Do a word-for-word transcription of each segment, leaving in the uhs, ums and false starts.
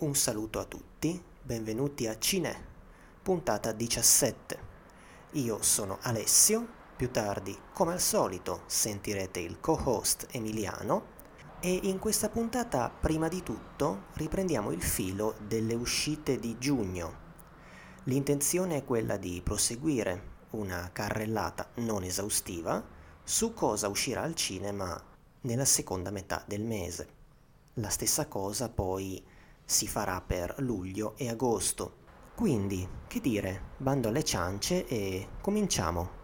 Un saluto a tutti, benvenuti a Cinè, puntata diciassette. Io sono Alessio, più tardi, come al solito, sentirete il co-host Emiliano e in questa puntata, prima di tutto, riprendiamo il filo delle uscite di giugno. L'intenzione è quella di proseguire una carrellata non esaustiva su cosa uscirà al cinema nella seconda metà del mese. La stessa cosa poi si farà per luglio e agosto. Quindi, che dire, bando alle ciance e cominciamo.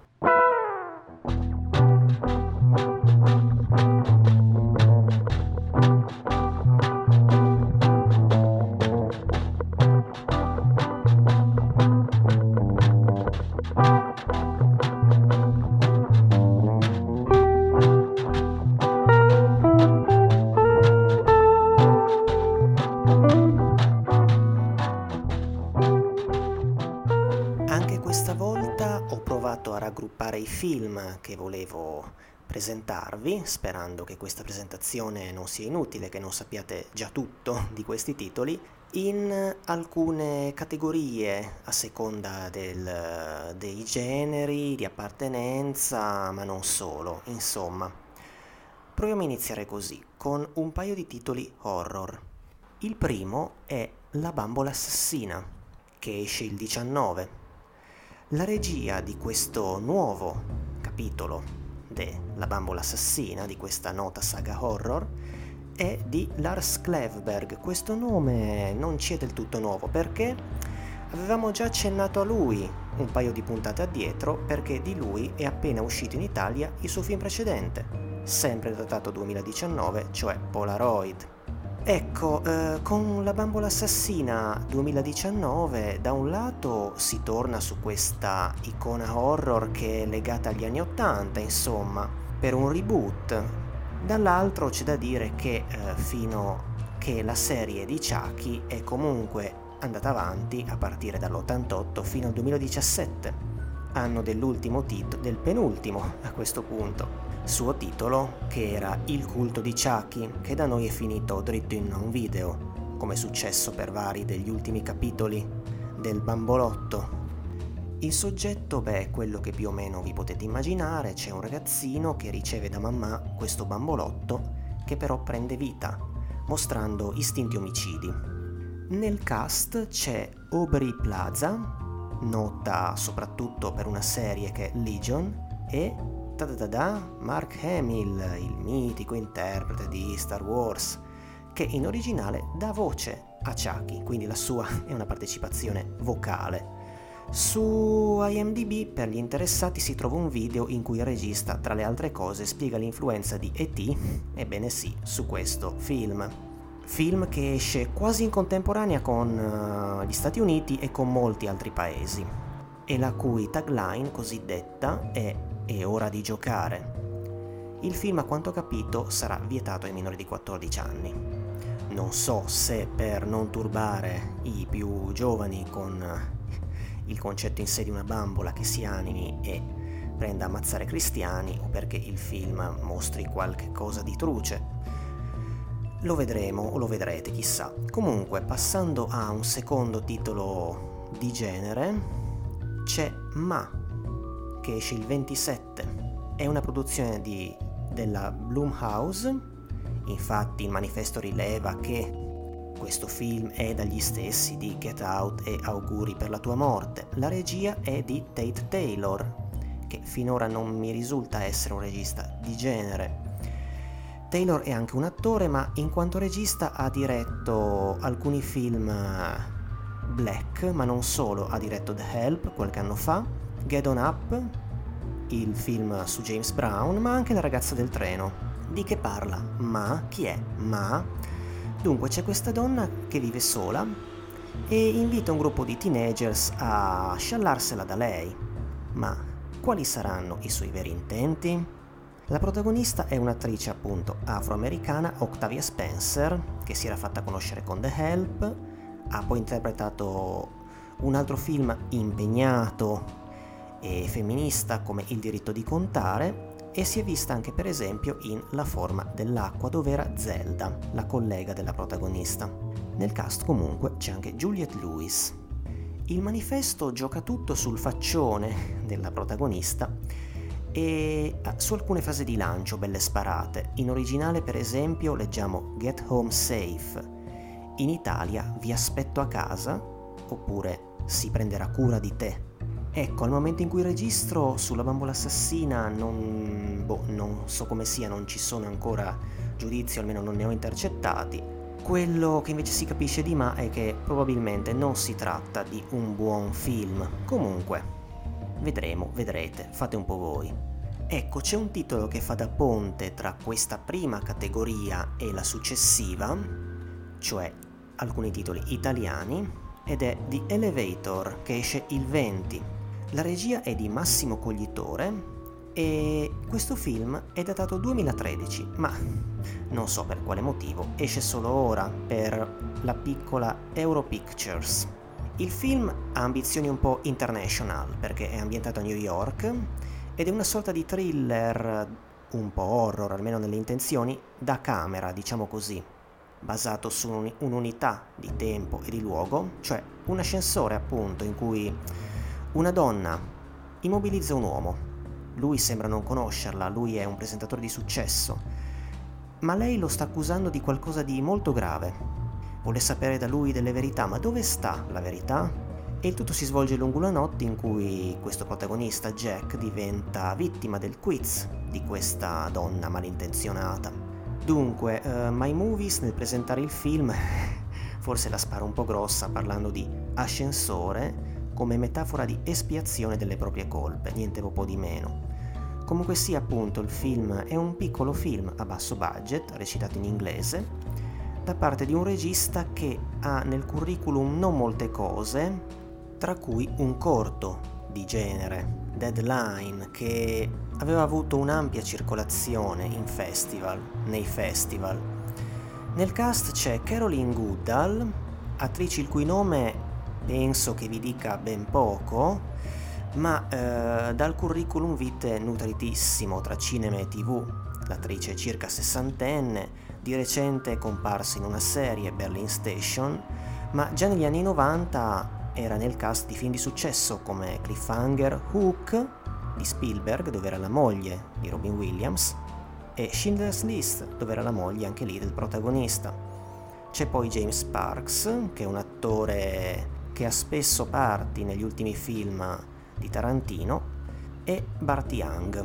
Raggruppare i film che volevo presentarvi, sperando che questa presentazione non sia inutile, che non sappiate già tutto di questi titoli, in alcune categorie a seconda del, dei generi di appartenenza, ma non solo, insomma. Proviamo a iniziare così, con un paio di titoli horror. Il primo è La bambola assassina, che esce il diciannove. La regia di questo nuovo capitolo della bambola assassina, di questa nota saga horror, è di Lars Klevberg. Questo nome non ci è del tutto nuovo perché avevamo già accennato a lui un paio di puntate addietro, perché di lui è appena uscito in Italia il suo film precedente, sempre datato duemiladiciannove, cioè Polaroid. Ecco, eh, con La bambola assassina duemiladiciannove, da un lato si torna su questa icona horror che è legata agli anni ottanta, insomma, per un reboot. Dall'altro c'è da dire che eh, fino che la serie di Chucky è comunque andata avanti a partire dall'ottantotto fino al duemiladiciassette, anno dell'ultimo titolo, del penultimo a questo punto. Suo titolo, che era Il culto di Chucky, che da noi è finito dritto in un video, come è successo per vari degli ultimi capitoli del bambolotto. Il soggetto, beh, è quello che più o meno vi potete immaginare. C'è un ragazzino che riceve da mamma questo bambolotto, che però prende vita, mostrando istinti omicidi. Nel cast c'è Aubrey Plaza, nota soprattutto per una serie che è Legion, e da Mark Hamill, il mitico interprete di Star Wars, che in originale dà voce a Chucky, quindi la sua è una partecipazione vocale. Su I M D B, per gli interessati, si trova un video in cui il regista, tra le altre cose, spiega l'influenza di E T, ebbene sì, su questo film. Film che esce quasi in contemporanea con uh, gli Stati Uniti e con molti altri paesi, e la cui tagline cosiddetta è "È ora di giocare". Il film, a quanto ho capito, sarà vietato ai minori di quattordici anni. Non so se per non turbare i più giovani con il concetto in sé di una bambola che si animi e prenda a ammazzare cristiani, o perché il film mostri qualche cosa di truce. Lo vedremo o lo vedrete, chissà. Comunque, passando a un secondo titolo di genere, c'è Ma, che esce il ventisette. È una produzione di, della Blumhouse. Infatti il manifesto rileva che questo film è dagli stessi di Get Out e Auguri per la tua morte. La regia è di Tate Taylor, che finora non mi risulta essere un regista di genere. Taylor è anche un attore, ma in quanto regista ha diretto alcuni film black, ma non solo. Ha diretto The Help qualche anno fa, Get On Up, il film su James Brown, ma anche La ragazza del treno. Di che parla? Ma chi è? Ma dunque c'è questa donna che vive sola e invita un gruppo di teenagers a sciallarsela da lei. Ma quali saranno i suoi veri intenti? La protagonista è un'attrice appunto afroamericana, Octavia Spencer, che si era fatta conoscere con The Help. Ha poi interpretato un altro film impegnato e femminista come Il diritto di contare, e si è vista anche per esempio in La forma dell'acqua, dove era Zelda, la collega della protagonista. Nel cast comunque c'è anche Juliette Lewis. Il manifesto gioca tutto sul faccione della protagonista e su alcune fasi di lancio belle sparate. In originale, per esempio, leggiamo Get Home Safe. In Italia Vi aspetto a casa, oppure Si prenderà cura di te. Ecco, al momento in cui registro sulla bambola assassina non, boh, non so come sia, non ci sono ancora giudizi, o almeno non ne ho intercettati. Quello che invece si capisce di ma è che probabilmente non si tratta di un buon film. Comunque, vedremo, vedrete, fate un po' voi. Ecco, c'è un titolo che fa da ponte tra questa prima categoria e la successiva, cioè alcuni titoli italiani, ed è The Elevator, che esce il venti. La regia è di Massimo Coglitore e questo film è datato duemilatredici, ma non so per quale motivo esce solo ora per la piccola Euro Pictures. Il film ha ambizioni un po' international perché è ambientato a New York ed è una sorta di thriller un po' horror, almeno nelle intenzioni, da camera, diciamo così, basato su un'unità di tempo e di luogo, cioè un ascensore appunto in cui una donna immobilizza un uomo. Lui sembra non conoscerla, lui è un presentatore di successo, ma lei lo sta accusando di qualcosa di molto grave. Vuole sapere da lui delle verità, ma dove sta la verità? E il tutto si svolge lungo una notte in cui questo protagonista, Jack, diventa vittima del quiz di questa donna malintenzionata. Dunque, uh, My Movies nel presentare il film forse la spara un po' grossa parlando di ascensore come metafora di espiazione delle proprie colpe, niente po' di meno. Comunque sia, appunto, il film è un piccolo film a basso budget, recitato in inglese, da parte di un regista che ha nel curriculum non molte cose, tra cui un corto di genere, Deadline, che aveva avuto un'ampia circolazione in festival, nei festival. Nel cast c'è Caroline Goodall, attrice il cui nome penso che vi dica ben poco, ma eh, dal curriculum vitae nutritissimo tra cinema e tv. L'attrice è circa sessantenne, di recente è comparsa in una serie, Berlin Station, ma già negli anni novanta era nel cast di film di successo come Cliffhanger, Hook di Spielberg, dove era la moglie di Robin Williams, e Schindler's List, dove era la moglie anche lì del protagonista. C'è poi James Sparks, che è un attore che ha spesso parti negli ultimi film di Tarantino, e Burt Young.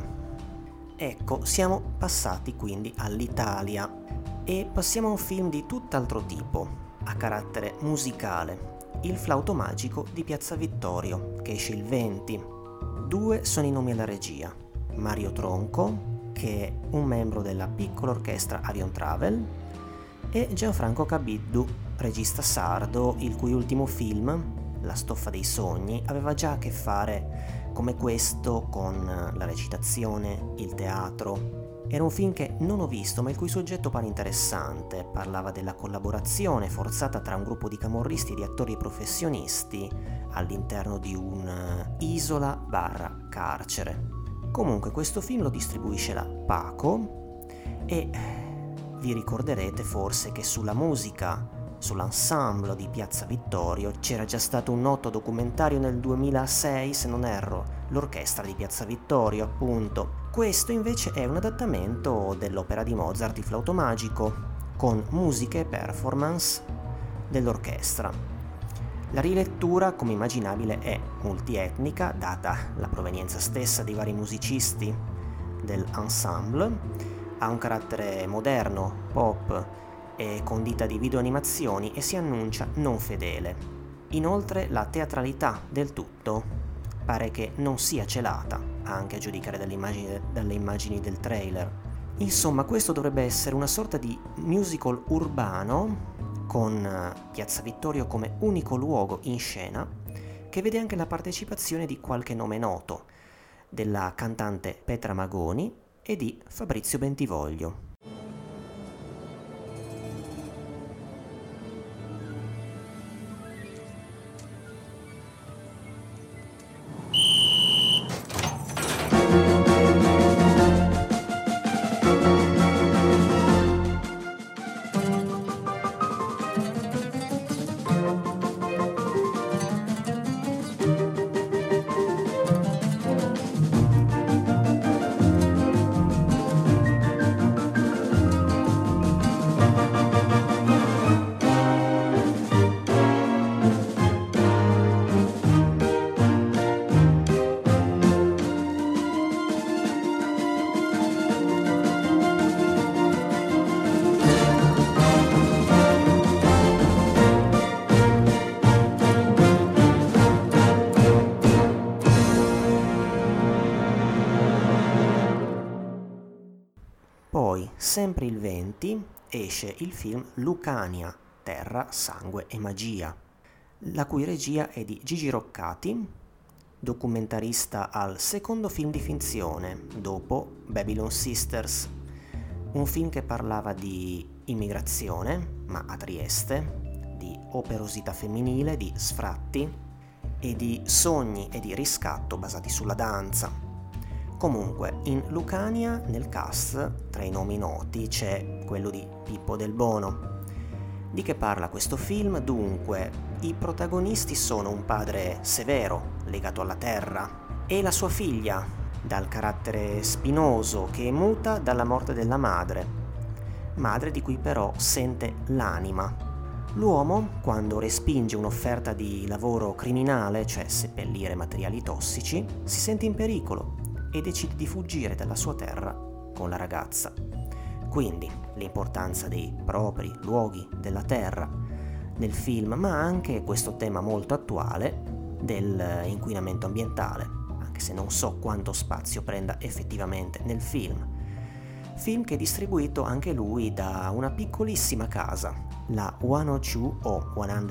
Ecco, siamo passati quindi all'Italia e passiamo a un film di tutt'altro tipo, a carattere musicale, Il flauto magico di Piazza Vittorio, che esce il venti. Due sono i nomi alla regia: Mario Tronco, che è un membro della piccola orchestra Avion Travel, e Gianfranco Cabiddu, regista sardo, il cui ultimo film, La stoffa dei sogni, aveva già a che fare come questo con la recitazione, il teatro. Era un film che non ho visto, ma il cui soggetto pare interessante. Parlava della collaborazione forzata tra un gruppo di camorristi e di attori professionisti all'interno di un'isola barra carcere. Comunque questo film lo distribuisce la Paco e vi ricorderete forse che sulla musica, sull'ensemble di Piazza Vittorio, c'era già stato un noto documentario nel duemilasei, se non erro, l'orchestra di Piazza Vittorio, appunto. Questo invece è un adattamento dell'opera di Mozart, Il flauto magico, con musiche e performance dell'orchestra. La rilettura, come immaginabile, è multietnica, data la provenienza stessa dei vari musicisti dell'ensemble, ha un carattere moderno, pop e condita di videoanimazioni e si annuncia non fedele. Inoltre la teatralità del tutto pare che non sia celata, anche a giudicare dalle immagini, dalle immagini del trailer. Insomma, questo dovrebbe essere una sorta di musical urbano con Piazza Vittorio come unico luogo in scena, che vede anche la partecipazione di qualche nome noto, della cantante Petra Magoni e di Fabrizio Bentivoglio. sempre il venti esce il film Lucania, Terra, Sangue e Magia, la cui regia è di Gigi Roccati, documentarista al secondo film di finzione, dopo Babylon Sisters, un film che parlava di immigrazione, ma a Trieste, di operosità femminile, di sfratti e di sogni e di riscatto basati sulla danza. Comunque, in Lucania, nel cast, tra i nomi noti, c'è quello di Pippo Del Bono. Di che parla questo film? Dunque, i protagonisti sono un padre severo, legato alla terra, e la sua figlia, dal carattere spinoso che muta dalla morte della madre, madre di cui però sente l'anima. L'uomo, quando respinge un'offerta di lavoro criminale, cioè seppellire materiali tossici, si sente in pericolo e decide di fuggire dalla sua terra con la ragazza. Quindi l'importanza dei propri luoghi della terra nel film, ma anche questo tema molto attuale dell'inquinamento ambientale, anche se non so quanto spazio prenda effettivamente nel film. Film che è distribuito anche lui da una piccolissima casa, la centodue o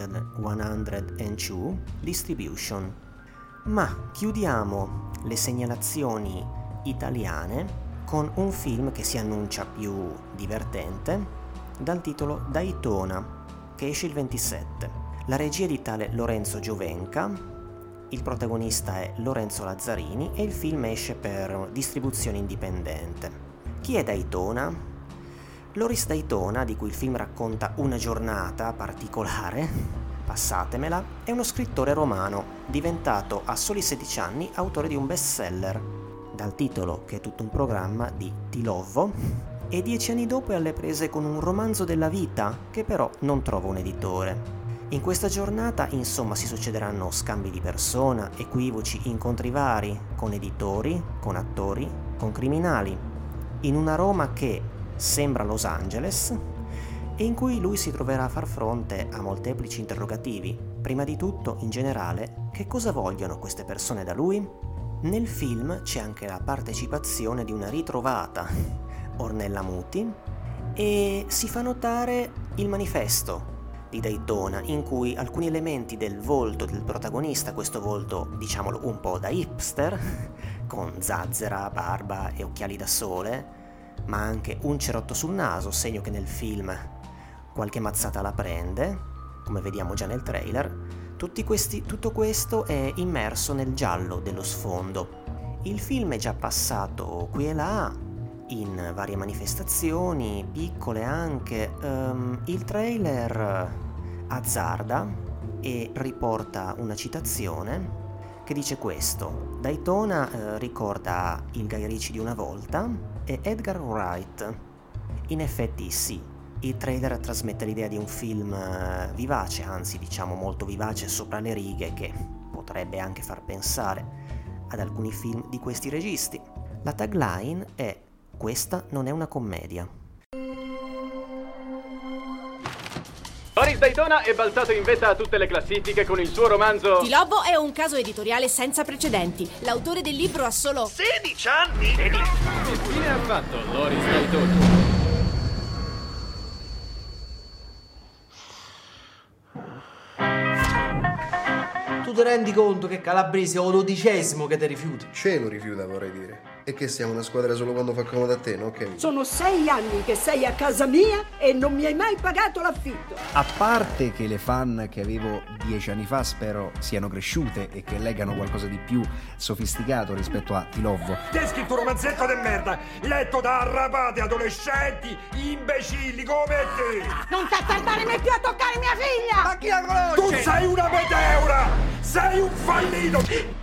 centodue Distribution. Ma chiudiamo le segnalazioni italiane con un film che si annuncia più divertente, dal titolo Daytona, che esce il ventisette. La regia è di tale Lorenzo Giovenca, il protagonista è Lorenzo Lazzarini e il film esce per distribuzione indipendente. Chi è Daytona? Loris Daytona, di cui il film racconta una giornata particolare, passatemela, è uno scrittore romano, diventato a soli sedici anni autore di un bestseller, dal titolo che è tutto un programma di Ti Lovo, e dieci anni dopo è alle prese con un romanzo della vita che però non trova un editore. In questa giornata, insomma, si succederanno scambi di persona, equivoci, incontri vari, con editori, con attori, con criminali, in una Roma che sembra Los Angeles e in cui lui si troverà a far fronte a molteplici interrogativi. Prima di tutto, in generale, che cosa vogliono queste persone da lui? Nel film c'è anche la partecipazione di una ritrovata, Ornella Muti, e si fa notare il manifesto di Daytona, in cui alcuni elementi del volto del protagonista, questo volto diciamolo un po' da hipster, con zazzera, barba e occhiali da sole, ma anche un cerotto sul naso, segno che nel film qualche mazzata la prende, come vediamo già nel trailer. Tutti questi, tutto questo è immerso nel giallo dello sfondo. Il film è già passato qui e là, in varie manifestazioni, piccole anche. Um, il trailer azzarda e riporta una citazione che dice questo: Daytona eh, ricorda il Guy Ritchie di una volta e Edgar Wright. In effetti sì, il trailer trasmette l'idea di un film vivace, anzi diciamo molto vivace sopra le righe, che potrebbe anche far pensare ad alcuni film di questi registi. La tagline è: questa non è una commedia. Loris Daytona è balzato in vetta a tutte le classifiche con il suo romanzo Ti Lovo è un caso editoriale senza precedenti. L'autore del libro ha solo sedici anni! Che fine ha fatto Loris Daytona? Tu ti rendi conto che Calabrese è lo dodicesimo che ti rifiuti? Ce lo rifiuta, vorrei dire. E che siamo una squadra solo quando fa comodo a te, no? Ok. Sono sei anni che sei a casa mia e non mi hai mai pagato l'affitto. A parte che le fan che avevo dieci anni fa spero siano cresciute e che leggano qualcosa di più sofisticato rispetto a Ti Lovo. Ti hai scritto un romanzetto di merda, letto da arrapati, adolescenti, imbecilli come te! Non t'attardare mai più a toccare mia figlia! Ma chi la conosce? Tu sei una meteora! Sei un fallito!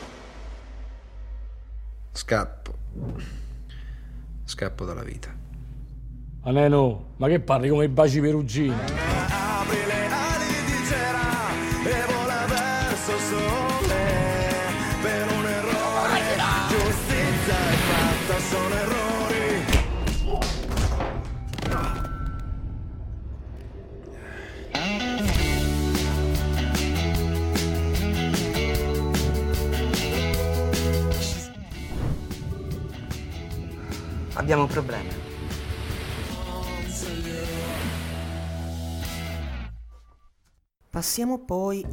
Scappo. Scappo dalla vita. Aneno, ma che parli come i baci perugini? Apri le ali di cera e vola verso sole per un errore. Giustizia è fatta, sono errori. Abbiamo un problema. Passiamo poi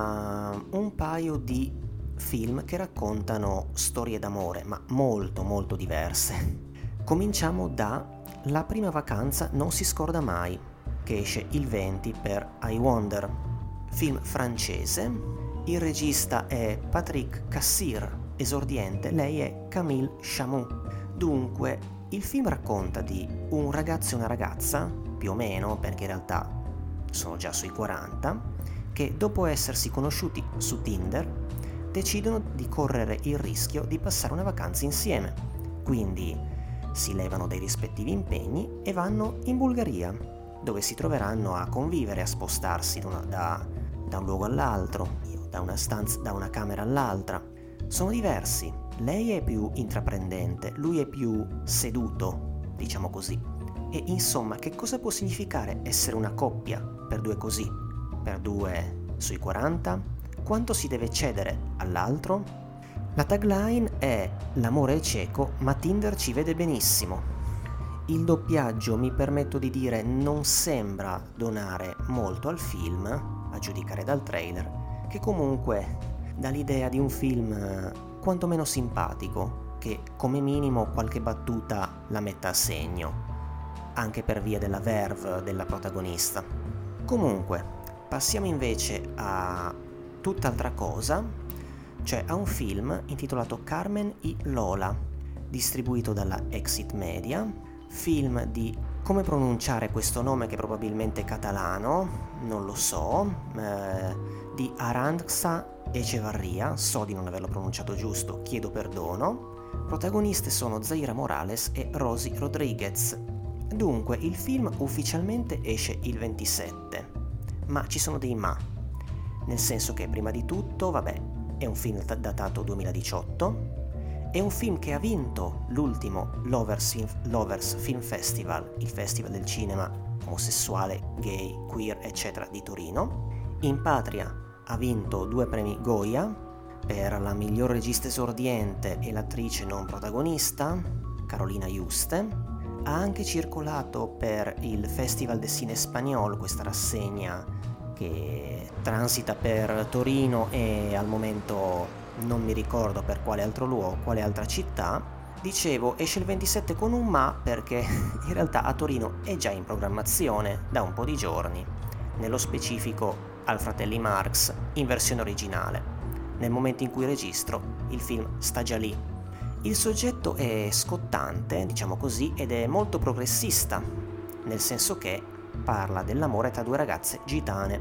a un paio di film che raccontano storie d'amore, ma molto molto diverse. Cominciamo da La prima vacanza non si scorda mai, che esce il venti per I Wonder, film francese. Il regista è Patrick Cassir, esordiente, lei è Camille Chamou. Dunque, il film racconta di un ragazzo e una ragazza, più o meno, perché in realtà sono già sui quaranta, che dopo essersi conosciuti su Tinder decidono di correre il rischio di passare una vacanza insieme. Quindi si levano dai rispettivi impegni e vanno in Bulgaria, dove si troveranno a convivere, a spostarsi da, una, da, da un luogo all'altro, da una stanza, da una camera all'altra. Sono diversi, lei è più intraprendente, lui è più seduto, diciamo così. E insomma, che cosa può significare essere una coppia per due così? Per due sui quaranta? Quanto si deve cedere all'altro? La tagline è "L'amore è cieco, ma Tinder ci vede benissimo". Il doppiaggio, mi permetto di dire, non sembra donare molto al film, a giudicare dal trailer, che comunque dà l'idea di un film quantomeno simpatico, che come minimo qualche battuta la metta a segno, anche per via della verve della protagonista. Comunque, passiamo invece a tutt'altra cosa, cioè a un film intitolato Carmen y Lola, distribuito dalla Exit Media, film di, come pronunciare questo nome che probabilmente è catalano, non lo so, eh, di Arantxa Echevarria, so di non averlo pronunciato giusto, chiedo perdono. Protagoniste sono Zaira Morales e Rosie Rodriguez. Dunque, il film ufficialmente esce il ventisette, ma ci sono dei ma, nel senso che prima di tutto, vabbè, è un film datato duemiladiciotto, è un film che ha vinto l'ultimo Lovers Film, Lovers Film Festival, il festival del cinema omosessuale, gay, queer, eccetera di Torino. In patria ha vinto due premi Goya per la miglior regista esordiente e l'attrice non protagonista, Carolina Juste. Ha anche circolato per il Festival de Cine Español, questa rassegna che transita per Torino e al momento non mi ricordo per quale altro luogo, quale altra città. Dicevo, esce il ventisette con un ma perché in realtà a Torino è già in programmazione da un po' di giorni, nello specifico al Fratelli Marx in versione originale. Nel momento in cui registro, il film sta già lì. Il soggetto è scottante, diciamo così, ed è molto progressista, nel senso che parla dell'amore tra due ragazze gitane.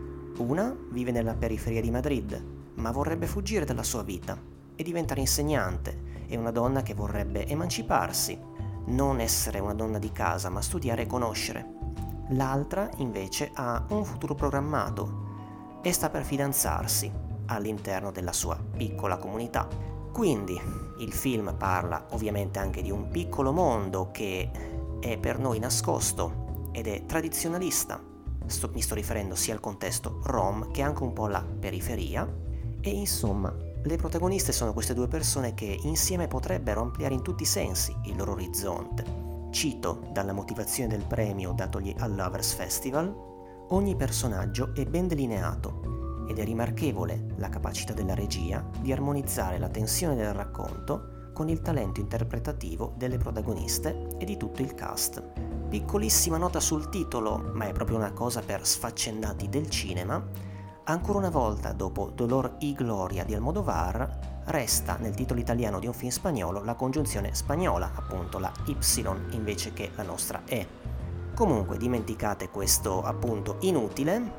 Una vive nella periferia di Madrid, ma vorrebbe fuggire dalla sua vita e diventare insegnante. È una donna che vorrebbe emanciparsi, non essere una donna di casa, ma studiare e conoscere. L'altra, invece, ha un futuro programmato e sta per fidanzarsi all'interno della sua piccola comunità. Quindi, il film parla ovviamente anche di un piccolo mondo che è per noi nascosto ed è tradizionalista. Sto, mi sto riferendo sia al contesto rom che anche un po' alla periferia. E insomma, le protagoniste sono queste due persone che insieme potrebbero ampliare in tutti i sensi il loro orizzonte. Cito dalla motivazione del premio datogli al Lovers Festival: ogni personaggio è ben delineato ed è rimarchevole la capacità della regia di armonizzare la tensione del racconto con il talento interpretativo delle protagoniste e di tutto il cast. Piccolissima nota sul titolo, ma è proprio una cosa per sfaccendati del cinema. Ancora una volta, dopo Dolor y Gloria di Almodovar, resta nel titolo italiano di un film spagnolo la congiunzione spagnola, appunto la Y invece che la nostra E. Comunque dimenticate questo appunto inutile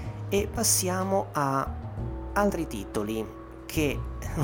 e passiamo a altri titoli che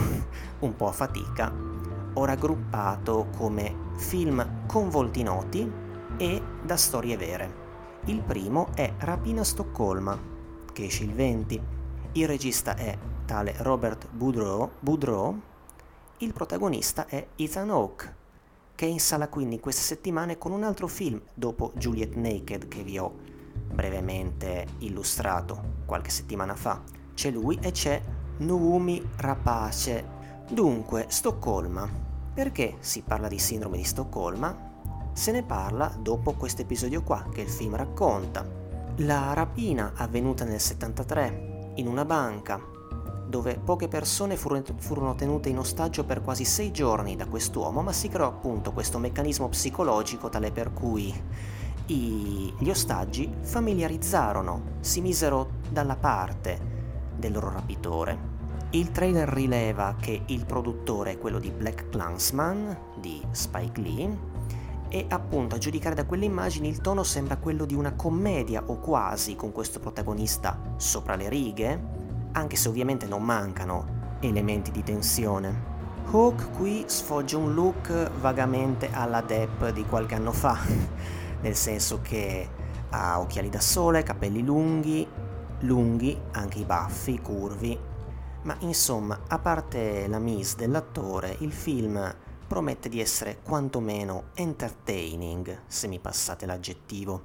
un po' a fatica ho raggruppato come film con volti noti e da storie vere. Il primo è Rapina a Stoccolma, che esce il venti. Il regista è tale Robert Boudreau, Boudreau. Il protagonista è Ethan Hawke, che è in sala quindi queste settimane con un altro film dopo Juliet Naked che vi ho brevemente illustrato qualche settimana fa. C'è lui e c'è Noomi Rapace. Dunque, Stoccolma. Perché si parla di sindrome di Stoccolma? Se ne parla dopo questo episodio qua che il film racconta. La rapina avvenuta nel settantatré in una banca, dove poche persone furono tenute in ostaggio per quasi sei giorni da quest'uomo, ma si creò appunto questo meccanismo psicologico tale per cui i, gli ostaggi familiarizzarono, si misero dalla parte del loro rapitore. Il trailer rileva che il produttore è quello di Black Klansman di Spike Lee e appunto a giudicare da quelle immagini il tono sembra quello di una commedia o quasi, con questo protagonista sopra le righe, anche se ovviamente non mancano elementi di tensione. Hawk qui sfoggia un look vagamente alla Depp di qualche anno fa, nel senso che ha occhiali da sole, capelli lunghi, lunghi, anche i baffi, curvi, ma insomma, a parte la mise dell'attore, il film promette di essere quantomeno entertaining, se mi passate l'aggettivo.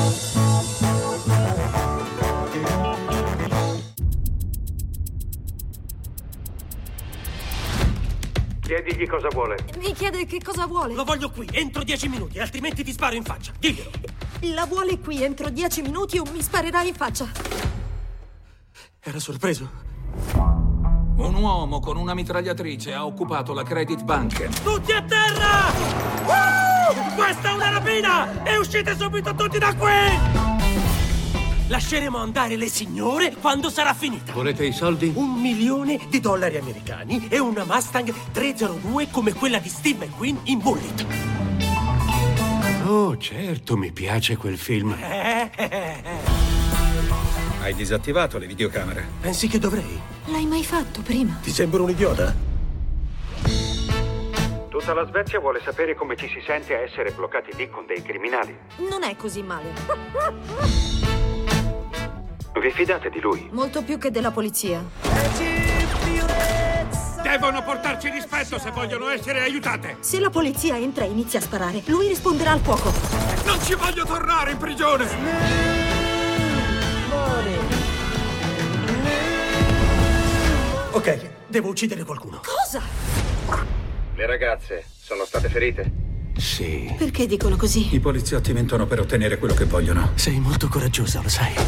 Chiedigli cosa vuole. Mi chiede che cosa vuole. Lo voglio qui, entro dieci minuti, altrimenti ti sparo in faccia. Diglielo. La vuole qui entro dieci minuti o mi sparerà in faccia. Era sorpreso? Un uomo con una mitragliatrice ha occupato la Credit Bank. Tutti a terra! Uh! Questa è una rapina! E uscite subito tutti da qui! Lasceremo andare le signore quando sarà finita. Volete i soldi? Un milione di dollari americani e una Mustang trecentodue come quella di Steve McQueen in Bullet. Oh, certo, mi piace quel film. Hai disattivato le videocamere? Pensi che dovrei? L'hai mai fatto prima? Ti sembro un idiota? Tutta la Svezia vuole sapere come ci si sente a essere bloccati lì con dei criminali. Non è così male. Vi fidate di lui? Molto più che della polizia. Devono portarci rispetto se vogliono essere aiutate. Se la polizia entra e inizia a sparare, lui risponderà al fuoco. Non ci voglio tornare in prigione! Ok, devo uccidere qualcuno. Cosa? Le ragazze sono state ferite? Sì. Perché dicono così? I poliziotti mentono per ottenere quello che vogliono. Sei molto coraggiosa, lo sai.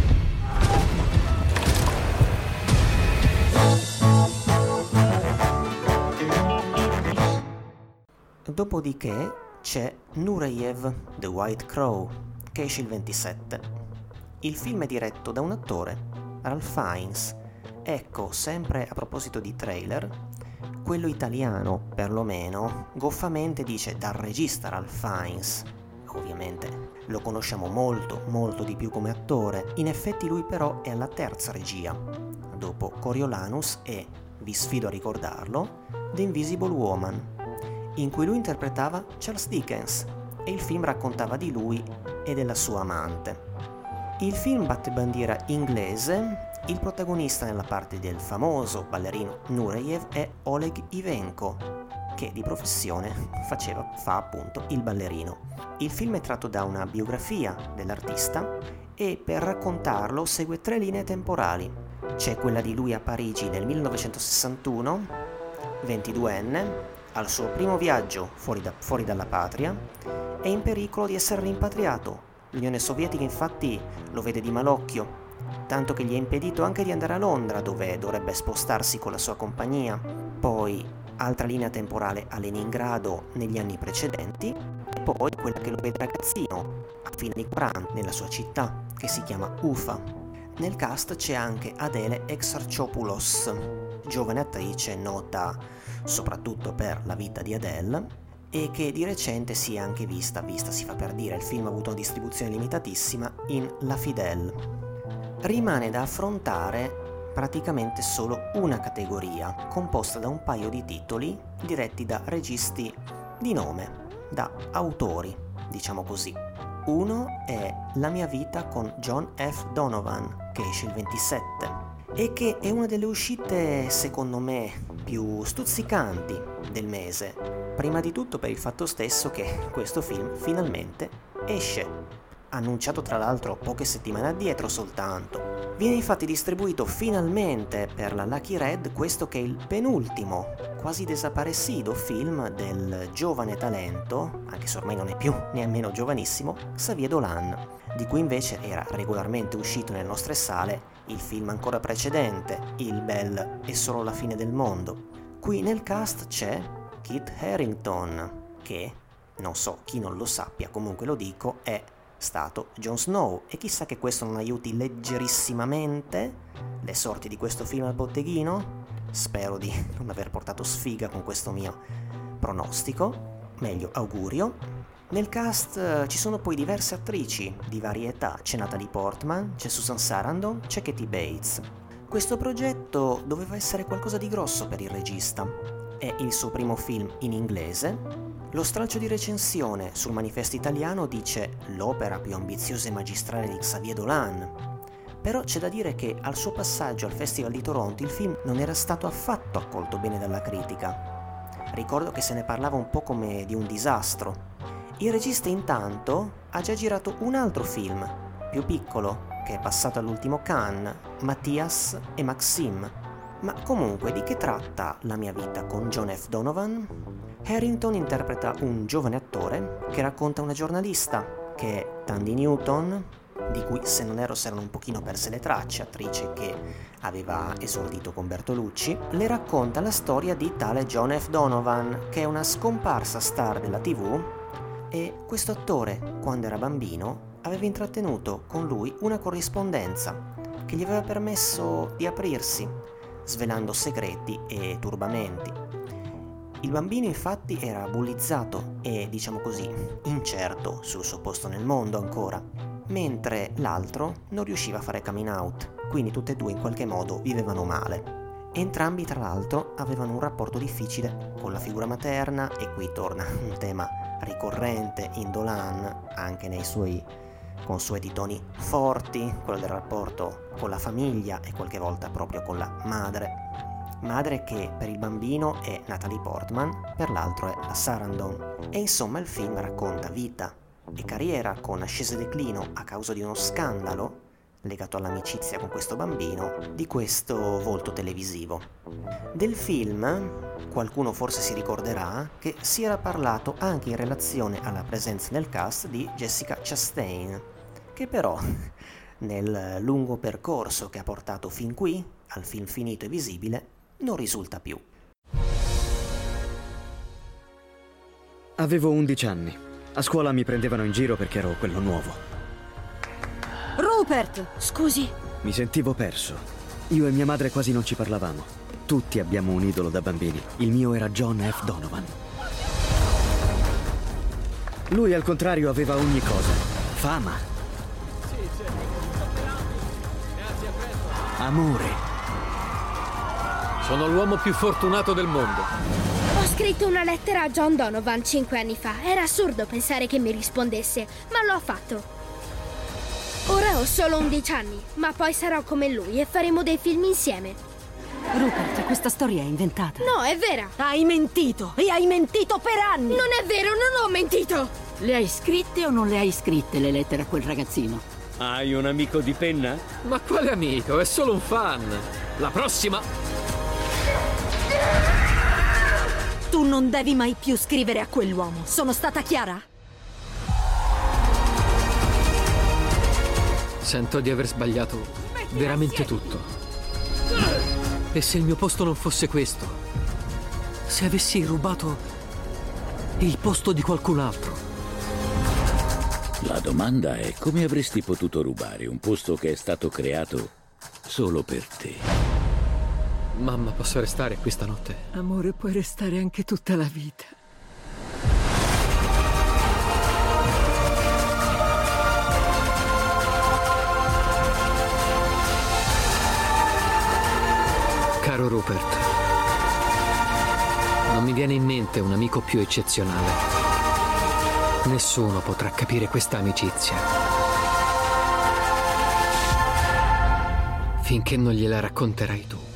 Dopodiché c'è Nureyev, The White Crow, che esce il ventisette. Il film è diretto da un attore, Ralph Fiennes. Ecco, sempre a proposito di trailer, quello italiano, perlomeno, goffamente dice dal regista Ralph Fiennes. Ovviamente lo conosciamo molto, molto di più come attore. In effetti lui però è alla terza regia, dopo Coriolanus e, vi sfido a ricordarlo, The Invisible Woman, in cui lui interpretava Charles Dickens e il film raccontava di lui e della sua amante. Il film batte bandiera inglese. Il protagonista nella parte del famoso ballerino Nureyev è Oleg Ivenko, che di professione faceva, fa appunto il ballerino. Il film è tratto da una biografia dell'artista e per raccontarlo segue tre linee temporali. C'è quella di lui a Parigi nel millenovecentosessantuno, ventiduenne, al suo primo viaggio fuori, da, fuori dalla patria, è in pericolo di essere rimpatriato. L'Unione Sovietica infatti lo vede di malocchio, tanto che gli è impedito anche di andare a Londra, dove dovrebbe spostarsi con la sua compagnia. Poi altra linea temporale a Leningrado negli anni precedenti, e poi quella che lo vede ragazzino a fine anni quaranta nella sua città, che si chiama Ufa. Nel cast c'è anche Adele Exarchopoulos, giovane attrice nota soprattutto per La vita di Adele, e che di recente si è anche vista, vista si fa per dire, il film ha avuto una distribuzione limitatissima, in La Fidèle. Rimane da affrontare praticamente solo una categoria, composta da un paio di titoli diretti da registi di nome, da autori, diciamo così. Uno è La mia vita con John F. Donovan, che esce il ventisette, e che è una delle uscite, secondo me, più stuzzicanti del mese. Prima di tutto per il fatto stesso che questo film finalmente esce, annunciato tra l'altro poche settimane addietro soltanto, Viene infatti distribuito finalmente per la Lucky Red questo che è il penultimo, quasi desaparecido film del giovane talento, anche se ormai non è più nemmeno giovanissimo, Xavier Dolan, di cui invece era regolarmente uscito nelle nostre sale il film ancora precedente, Il bel e solo la fine del mondo. Qui nel cast c'è Kit Harington, che, non so chi non lo sappia, comunque lo dico, è stato Jon Snow, e chissà che questo non aiuti leggerissimamente le sorti di questo film al botteghino. Spero di non aver portato sfiga con questo mio pronostico, meglio augurio. Nel cast eh, ci sono poi diverse attrici di varie età, c'è Natalie Portman, c'è Susan Sarandon, c'è Kathy Bates. Questo progetto doveva essere qualcosa di grosso per il regista, è il suo primo film in inglese. Lo stralcio di recensione sul manifesto italiano dice l'opera più ambiziosa e magistrale di Xavier Dolan. Però c'è da dire che al suo passaggio al Festival di Toronto il film non era stato affatto accolto bene dalla critica. Ricordo che se ne parlava un po' come di un disastro. Il regista intanto ha già girato un altro film, più piccolo, che è passato all'ultimo Cannes, Matthias e Maxime. Ma comunque, di che tratta La mia vita con John F. Donovan? Harington interpreta un giovane attore che racconta una giornalista, che è Tandy Newton, di cui se non erro si erano un pochino perse le tracce, attrice che aveva esordito con Bertolucci. Le racconta la storia di tale John F. Donovan, che è una scomparsa star della tivù, e questo attore, quando era bambino, aveva intrattenuto con lui una corrispondenza che gli aveva permesso di aprirsi, svelando segreti e turbamenti. Il bambino infatti era bullizzato e, diciamo così, incerto sul suo posto nel mondo ancora, mentre l'altro non riusciva a fare coming out, quindi tutte e due in qualche modo vivevano male. Entrambi, tra l'altro, avevano un rapporto difficile con la figura materna, e qui torna un tema ricorrente in Dolan, anche nei suoi consueti toni forti, quello del rapporto con la famiglia e qualche volta proprio con la madre. Madre che per il bambino è Natalie Portman, per l'altro è la Sarandon. E insomma il film racconta vita e carriera con ascesa e declino a causa di uno scandalo legato all'amicizia con questo bambino, di questo volto televisivo. Del film qualcuno forse si ricorderà che si era parlato anche in relazione alla presenza nel cast di Jessica Chastain, che però nel lungo percorso che ha portato fin qui, al film finito e visibile, non risulta più. Avevo undici anni. A scuola mi prendevano in giro perché ero quello nuovo. Rupert, scusi. Mi sentivo perso. Io e mia madre quasi non ci parlavamo. Tutti abbiamo un idolo da bambini. Il mio era John F. Donovan. Lui, al contrario, aveva ogni cosa. Fama. Amore. Sono l'uomo più fortunato del mondo. Ho scritto una lettera a John Donovan cinque anni fa. Era assurdo pensare che mi rispondesse, ma l'ho fatto. Ora ho solo undici anni, ma poi sarò come lui e faremo dei film insieme. Rupert, questa storia è inventata. No, è vera. Hai mentito e hai mentito per anni. Non è vero, non ho mentito. Le hai scritte o non le hai scritte le lettere a quel ragazzino? Hai un amico di penna? Ma quale amico? È solo un fan. La prossima... Tu non devi mai più scrivere a quell'uomo. Sono stata chiara? Sento di aver sbagliato veramente tutto. E se il mio posto non fosse questo? Se avessi rubato il posto di qualcun altro? La domanda è: come avresti potuto rubare un posto che è stato creato solo per te? Mamma, posso restare qui stanotte? Amore, puoi restare anche tutta la vita. Caro Rupert, non mi viene in mente un amico più eccezionale. Nessuno potrà capire questa amicizia finché non gliela racconterai tu.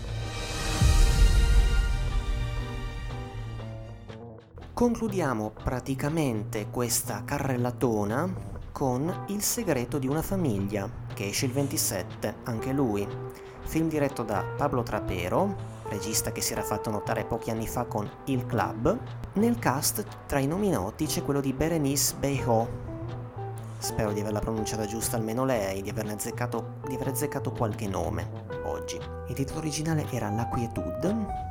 Concludiamo praticamente questa carrellatona con Il segreto di una famiglia, che esce il ventisette, anche lui. Film diretto da Pablo Trapero, regista che si era fatto notare pochi anni fa con Il Club. Nel cast, tra i nomi noti, c'è quello di Bérénice Bejo. Spero di averla pronunciata giusta almeno lei, di averne azzeccato, di aver azzeccato qualche nome oggi. Il titolo originale era La Quietude.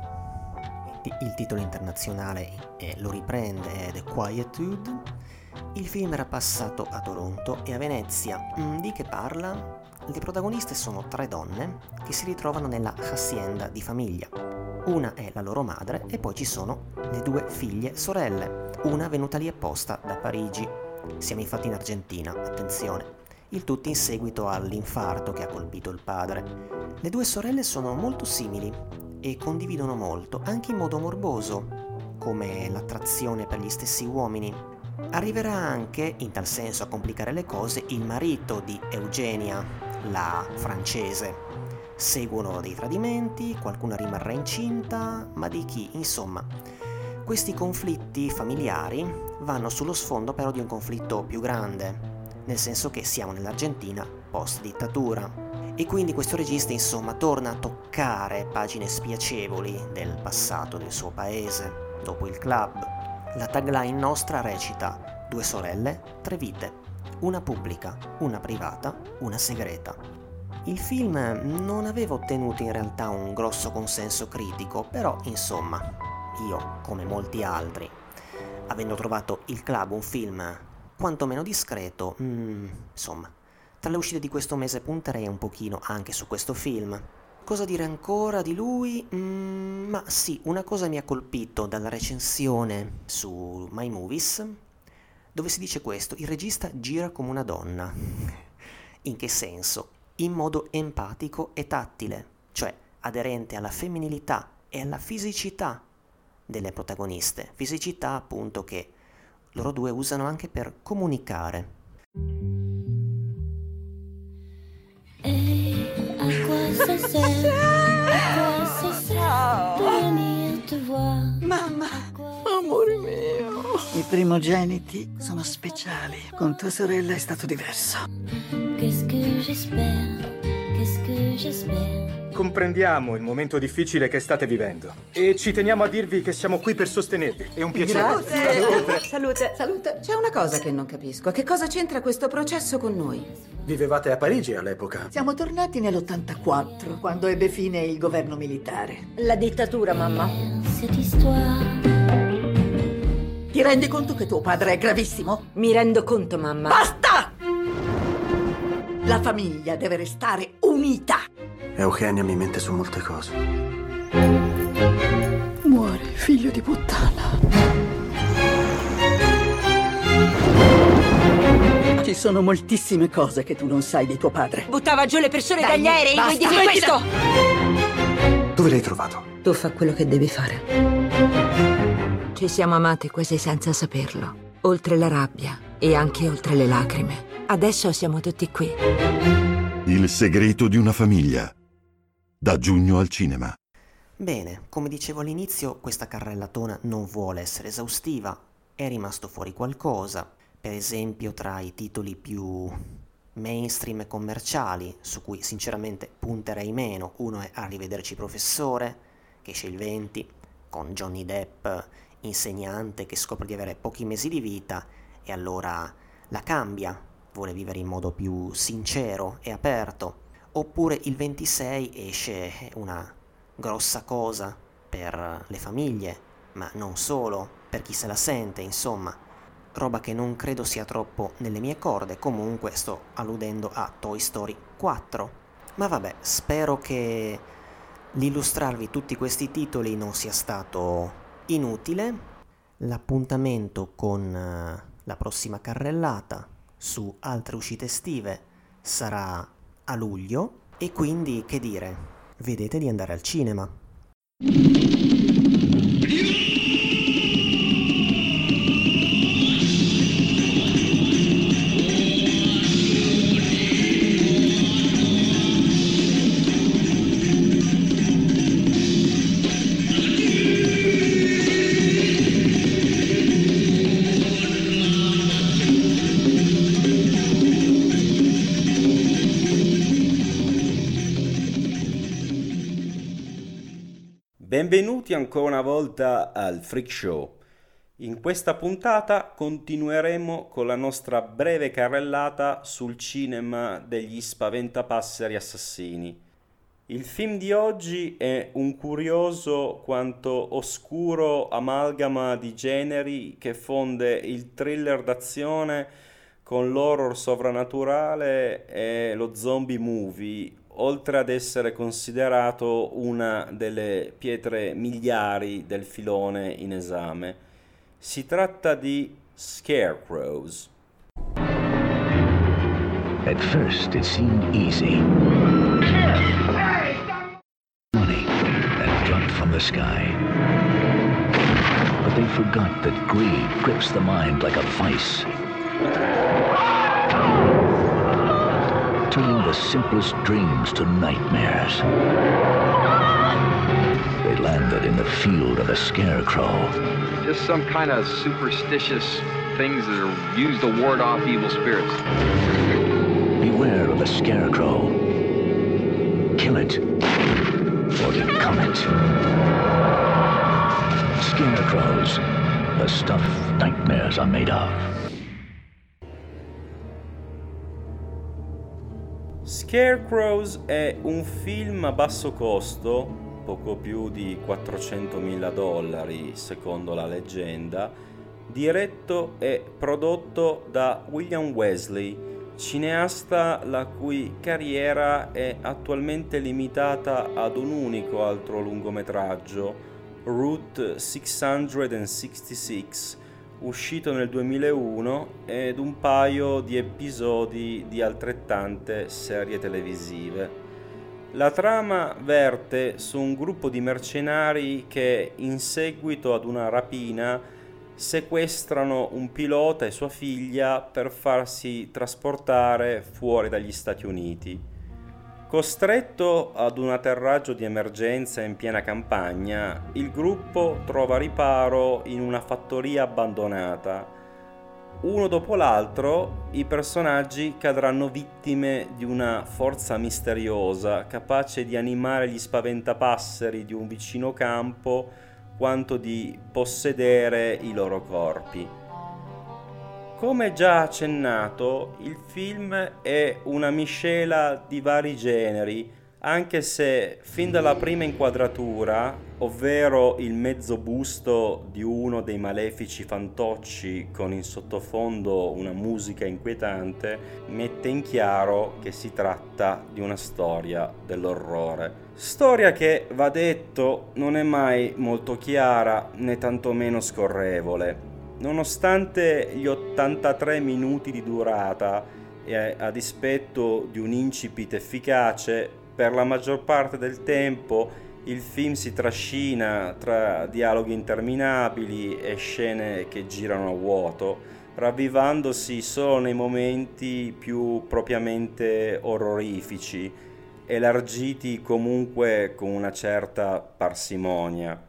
Il titolo internazionale eh, lo riprende, è The Quietude. Il film era passato a Toronto e a Venezia. Mm, di che parla? Le protagoniste sono tre donne che si ritrovano nella hacienda di famiglia. Una è la loro madre e poi ci sono le due figlie sorelle, una venuta lì apposta da Parigi. Siamo infatti in Argentina, attenzione. Il tutto in seguito all'infarto che ha colpito il padre. Le due sorelle sono molto simili e condividono molto, anche in modo morboso, come l'attrazione per gli stessi uomini. Arriverà anche, in tal senso a complicare le cose, il marito di Eugenia, la francese. Seguono dei tradimenti, qualcuna rimarrà incinta, ma di chi, insomma. Questi conflitti familiari vanno sullo sfondo però di un conflitto più grande, nel senso che siamo nell'Argentina post-dittatura. E quindi questo regista, insomma, torna a toccare pagine spiacevoli del passato del suo paese, dopo Il Club. La tagline nostra recita: due sorelle, tre vite, una pubblica, una privata, una segreta. Il film non aveva ottenuto in realtà un grosso consenso critico, però insomma, io, come molti altri, avendo trovato Il Club un film quantomeno discreto, mm, insomma, tra le uscite di questo mese punterei un pochino anche su questo film. Cosa dire ancora di lui? Mm, ma sì, una cosa mi ha colpito dalla recensione su My Movies, dove si dice questo: il regista gira come una donna. In che senso? In modo empatico e tattile, cioè aderente alla femminilità e alla fisicità delle protagoniste. Fisicità appunto che loro due usano anche per comunicare. Et à quoi ça sert? À quoi ça sert de venir te voir? Mamma, amore mio. I primogeniti sono speciali. Con tua sorella è stato diverso. Qu'est-ce que j'espère? Qu'est-ce que j'espère? Comprendiamo il momento difficile che state vivendo e ci teniamo a dirvi che siamo qui per sostenervi. È un piacere. Grazie. Salute. Salute. C'è una cosa che non capisco. Che cosa c'entra questo processo con noi? Vivevate a Parigi all'epoca. Siamo tornati nell'ottantaquattro, quando ebbe fine il governo militare. La dittatura, mamma. Ti rendi conto che tuo padre è gravissimo? Mi rendo conto, mamma. Basta! La famiglia deve restare unita. Eugenia mi mente su molte cose. Muore, figlio di puttana. Ci sono moltissime cose che tu non sai di tuo padre. Buttava giù le persone Dai, dagli aerei, vuoi basta, dirmi questo? Dove l'hai trovato? Tu fa quello che devi fare. Ci siamo amati quasi senza saperlo. Oltre la rabbia e anche oltre le lacrime. Adesso siamo tutti qui. Il segreto di una famiglia. Da giugno al cinema. Bene, come dicevo all'inizio, questa carrellatona non vuole essere esaustiva. È rimasto fuori qualcosa. Per esempio, tra i titoli più mainstream e commerciali, su cui sinceramente punterei meno, uno è Arrivederci professore, che esce il venti, con Johnny Depp, insegnante che scopre di avere pochi mesi di vita e allora la cambia, vuole vivere in modo più sincero e aperto. Oppure il ventisei esce una grossa cosa per le famiglie, ma non solo, per chi se la sente, insomma. Roba che non credo sia troppo nelle mie corde, comunque sto alludendo a Toy Story quattro. Ma vabbè, spero che l'illustrarvi tutti questi titoli non sia stato inutile. L'appuntamento con la prossima carrellata su altre uscite estive sarà a luglio e quindi, che dire, vedete di andare al cinema. Benvenuti ancora una volta al Freak Show. In questa puntata continueremo con la nostra breve carrellata sul cinema degli spaventapasseri assassini. Il film di oggi è un curioso quanto oscuro amalgama di generi che fonde il thriller d'azione con l'horror sovrannaturale e lo zombie movie, oltre ad essere considerato una delle pietre miliari del filone in esame. Si tratta di Scarecrows. At first it seemed easy. Money that dropped from the sky. But they forgot that greed grips the mind like a vice, turning the simplest dreams to nightmares. They landed in the field of a scarecrow. Just some kind of superstitious things that are used to ward off evil spirits. Beware of a scarecrow. Kill it, or become it. Scarecrows, the stuff nightmares are made of. Scarecrows è un film a basso costo, poco più di quattrocentomila dollari secondo la leggenda, diretto e prodotto da William Wesley, cineasta la cui carriera è attualmente limitata ad un unico altro lungometraggio, Route seicentosessantasei, uscito nel duemilauno, ed un paio di episodi di altrettante serie televisive. La trama verte su un gruppo di mercenari che, in seguito ad una rapina, sequestrano un pilota e sua figlia per farsi trasportare fuori dagli Stati Uniti. Costretto ad un atterraggio di emergenza in piena campagna, il gruppo trova riparo in una fattoria abbandonata. Uno dopo l'altro, i personaggi cadranno vittime di una forza misteriosa capace di animare gli spaventapasseri di un vicino campo quanto di possedere i loro corpi. Come già accennato, il film è una miscela di vari generi, anche se fin dalla prima inquadratura, ovvero il mezzo busto di uno dei malefici fantocci con in sottofondo una musica inquietante, mette in chiaro che si tratta di una storia dell'orrore. Storia che, va detto, non è mai molto chiara né tantomeno scorrevole. Nonostante gli ottantatré minuti di durata e a dispetto di un incipit efficace, per la maggior parte del tempo il film si trascina tra dialoghi interminabili e scene che girano a vuoto, ravvivandosi solo nei momenti più propriamente orrorifici, elargiti comunque con una certa parsimonia.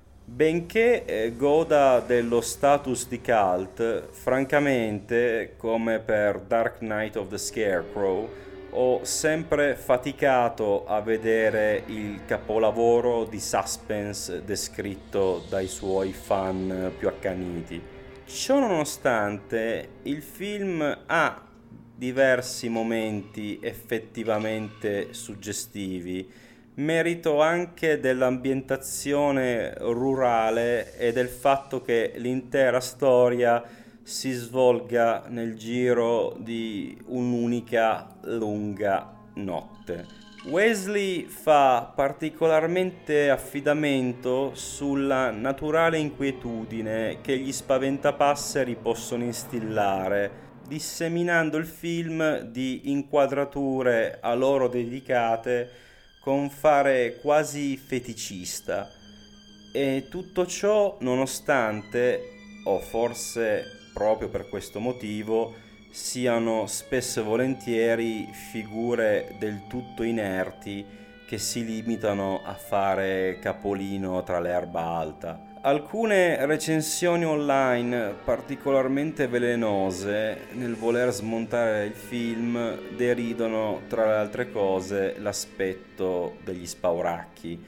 Benché eh, goda dello status di cult, francamente, come per Dark Knight of the Scarecrow, ho sempre faticato a vedere il capolavoro di suspense descritto dai suoi fan più accaniti. Ciò nonostante, il film ha diversi momenti effettivamente suggestivi, merito anche dell'ambientazione rurale e del fatto che l'intera storia si svolga nel giro di un'unica lunga notte. Wesley fa particolarmente affidamento sulla naturale inquietudine che gli spaventapasseri possono instillare, disseminando il film di inquadrature a loro dedicate con fare quasi feticista, e tutto ciò nonostante, o forse proprio per questo motivo, siano spesso e volentieri figure del tutto inerti che si limitano a fare capolino tra l'erba alta. Alcune recensioni online particolarmente velenose nel voler smontare il film deridono, tra le altre cose, l'aspetto degli spauracchi,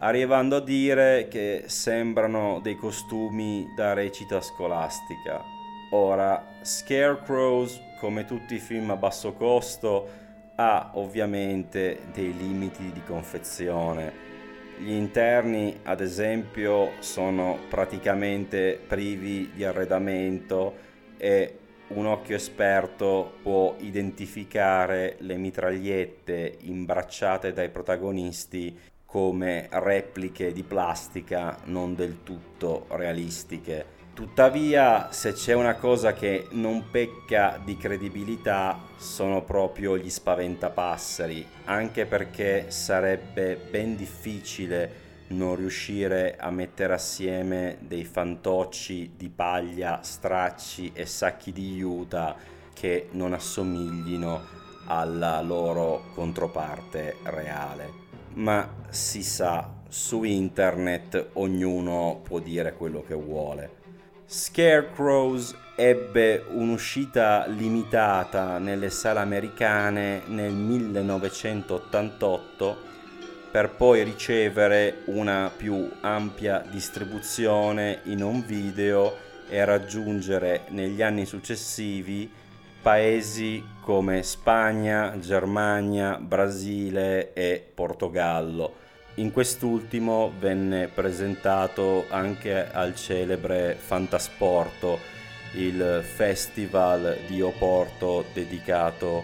arrivando a dire che sembrano dei costumi da recita scolastica. Ora, Scarecrows, come tutti i film a basso costo, ha ovviamente dei limiti di confezione. Gli interni, ad esempio, sono praticamente privi di arredamento e un occhio esperto può identificare le mitragliette imbracciate dai protagonisti come repliche di plastica non del tutto realistiche. Tuttavia, se c'è una cosa che non pecca di credibilità, sono proprio gli spaventapasseri, anche perché sarebbe ben difficile non riuscire a mettere assieme dei fantocci di paglia, stracci e sacchi di juta che non assomiglino alla loro controparte reale. Ma si sa, su internet ognuno può dire quello che vuole. Scarecrows ebbe un'uscita limitata nelle sale americane nel millenovecentottantotto per poi ricevere una più ampia distribuzione in home video e raggiungere negli anni successivi paesi come Spagna, Germania, Brasile e Portogallo. In quest'ultimo venne presentato anche al celebre Fantasporto, il festival di Oporto dedicato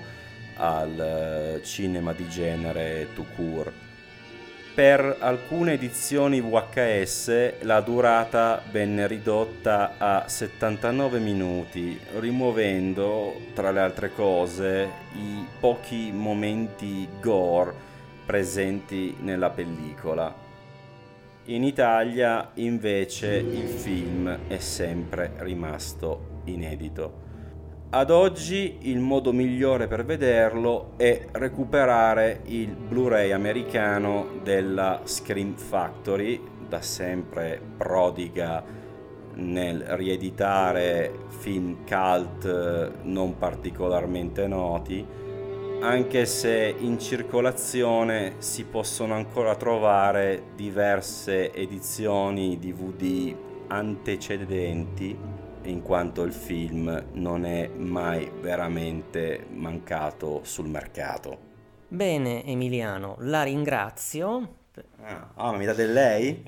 al cinema di genere tout court. Per alcune edizioni V H S la durata venne ridotta a settantanove minuti, rimuovendo, tra le altre cose, i pochi momenti gore presenti nella pellicola. In Italia, invece, il film è sempre rimasto inedito. Ad oggi il modo migliore per vederlo è recuperare il Blu-ray americano della Scream Factory, da sempre prodiga nel rieditare film cult non particolarmente noti, anche se in circolazione si possono ancora trovare diverse edizioni D V D antecedenti, in quanto il film non è mai veramente mancato sul mercato. Bene Emiliano, la ringrazio. Ah, oh, ma mi date lei?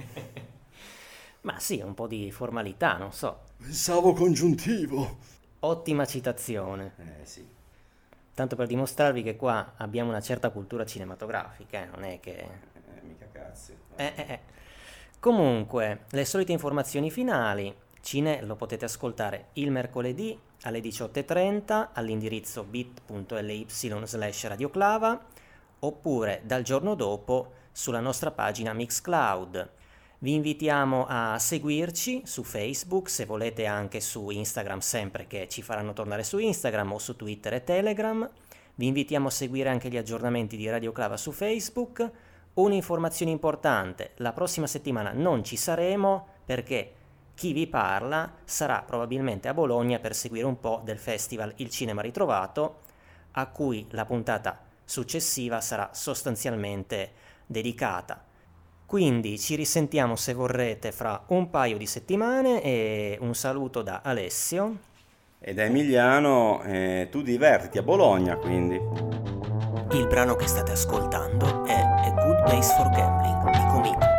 Ma sì, un po' di formalità, non so. Pensavo congiuntivo. Ottima citazione. Eh sì. Tanto per dimostrarvi che qua abbiamo una certa cultura cinematografica, eh? Non è che... Eh, mica cazzi. Eh, eh, eh. Comunque, le solite informazioni finali. Cine lo potete ascoltare il mercoledì alle diciotto e trenta all'indirizzo bit.ly slash radioclava oppure dal giorno dopo sulla nostra pagina Mixcloud. Vi invitiamo a seguirci su Facebook, se volete anche su Instagram, sempre che ci faranno tornare su Instagram, o su Twitter e Telegram. Vi invitiamo a seguire anche gli aggiornamenti di Radioclava su Facebook. Un'informazione importante: la prossima settimana non ci saremo perché chi vi parla sarà probabilmente a Bologna per seguire un po' del festival Il Cinema Ritrovato, a cui la puntata successiva sarà sostanzialmente dedicata. Quindi ci risentiamo, se vorrete, fra un paio di settimane, e un saluto da Alessio. E da Emiliano, eh, tu divertiti a Bologna, quindi. Il brano che state ascoltando è A Good Place for Gambling di Comico.